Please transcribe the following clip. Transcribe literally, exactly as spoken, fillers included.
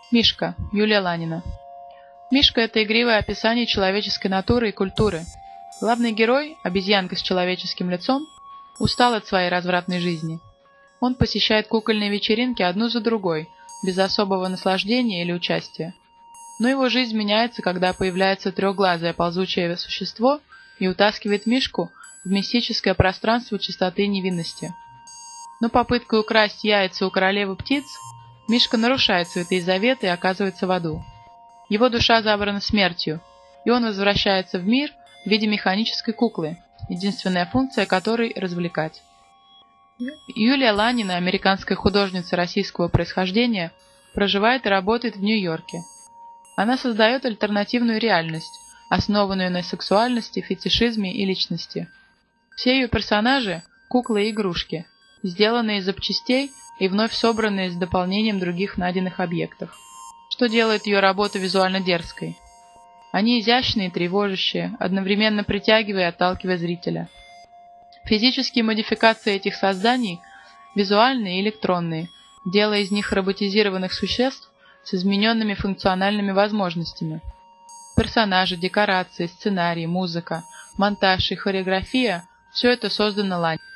Мишка. Юлия Ланина. Мишка – это игривое описание человеческой натуры и культуры. Главный герой, обезьянка с человеческим лицом, устал от своей развратной жизни. Он посещает кукольные вечеринки одну за другой, без особого наслаждения или участия. Но его жизнь меняется, когда появляется трехглазое ползучее существо и утаскивает Мишку в мистическое пространство чистоты и невинности. Но попыткой украсть яйца у королевы птиц, Мишка нарушает святые заветы и оказывается в аду. Его душа забрана смертью, и он возвращается в мир в виде механической куклы, единственная функция которой – развлекать. Юлия Ланина, американская художница российского происхождения, проживает и работает в Нью-Йорке. Она создает альтернативную реальность, основанную на сексуальности, фетишизме и личности. Все ее персонажи – куклы и игрушки, сделанные из запчастей и вновь собранные с дополнением других найденных объектов, что делает ее работу визуально дерзкой. Они изящные и тревожащие, одновременно притягивая и отталкивая зрителя. Физические модификации этих созданий – визуальные и электронные, делая из них роботизированных существ с измененными функциональными возможностями. Персонажи, декорации, сценарий, музыка, монтаж и хореография – все это создано Ланиной.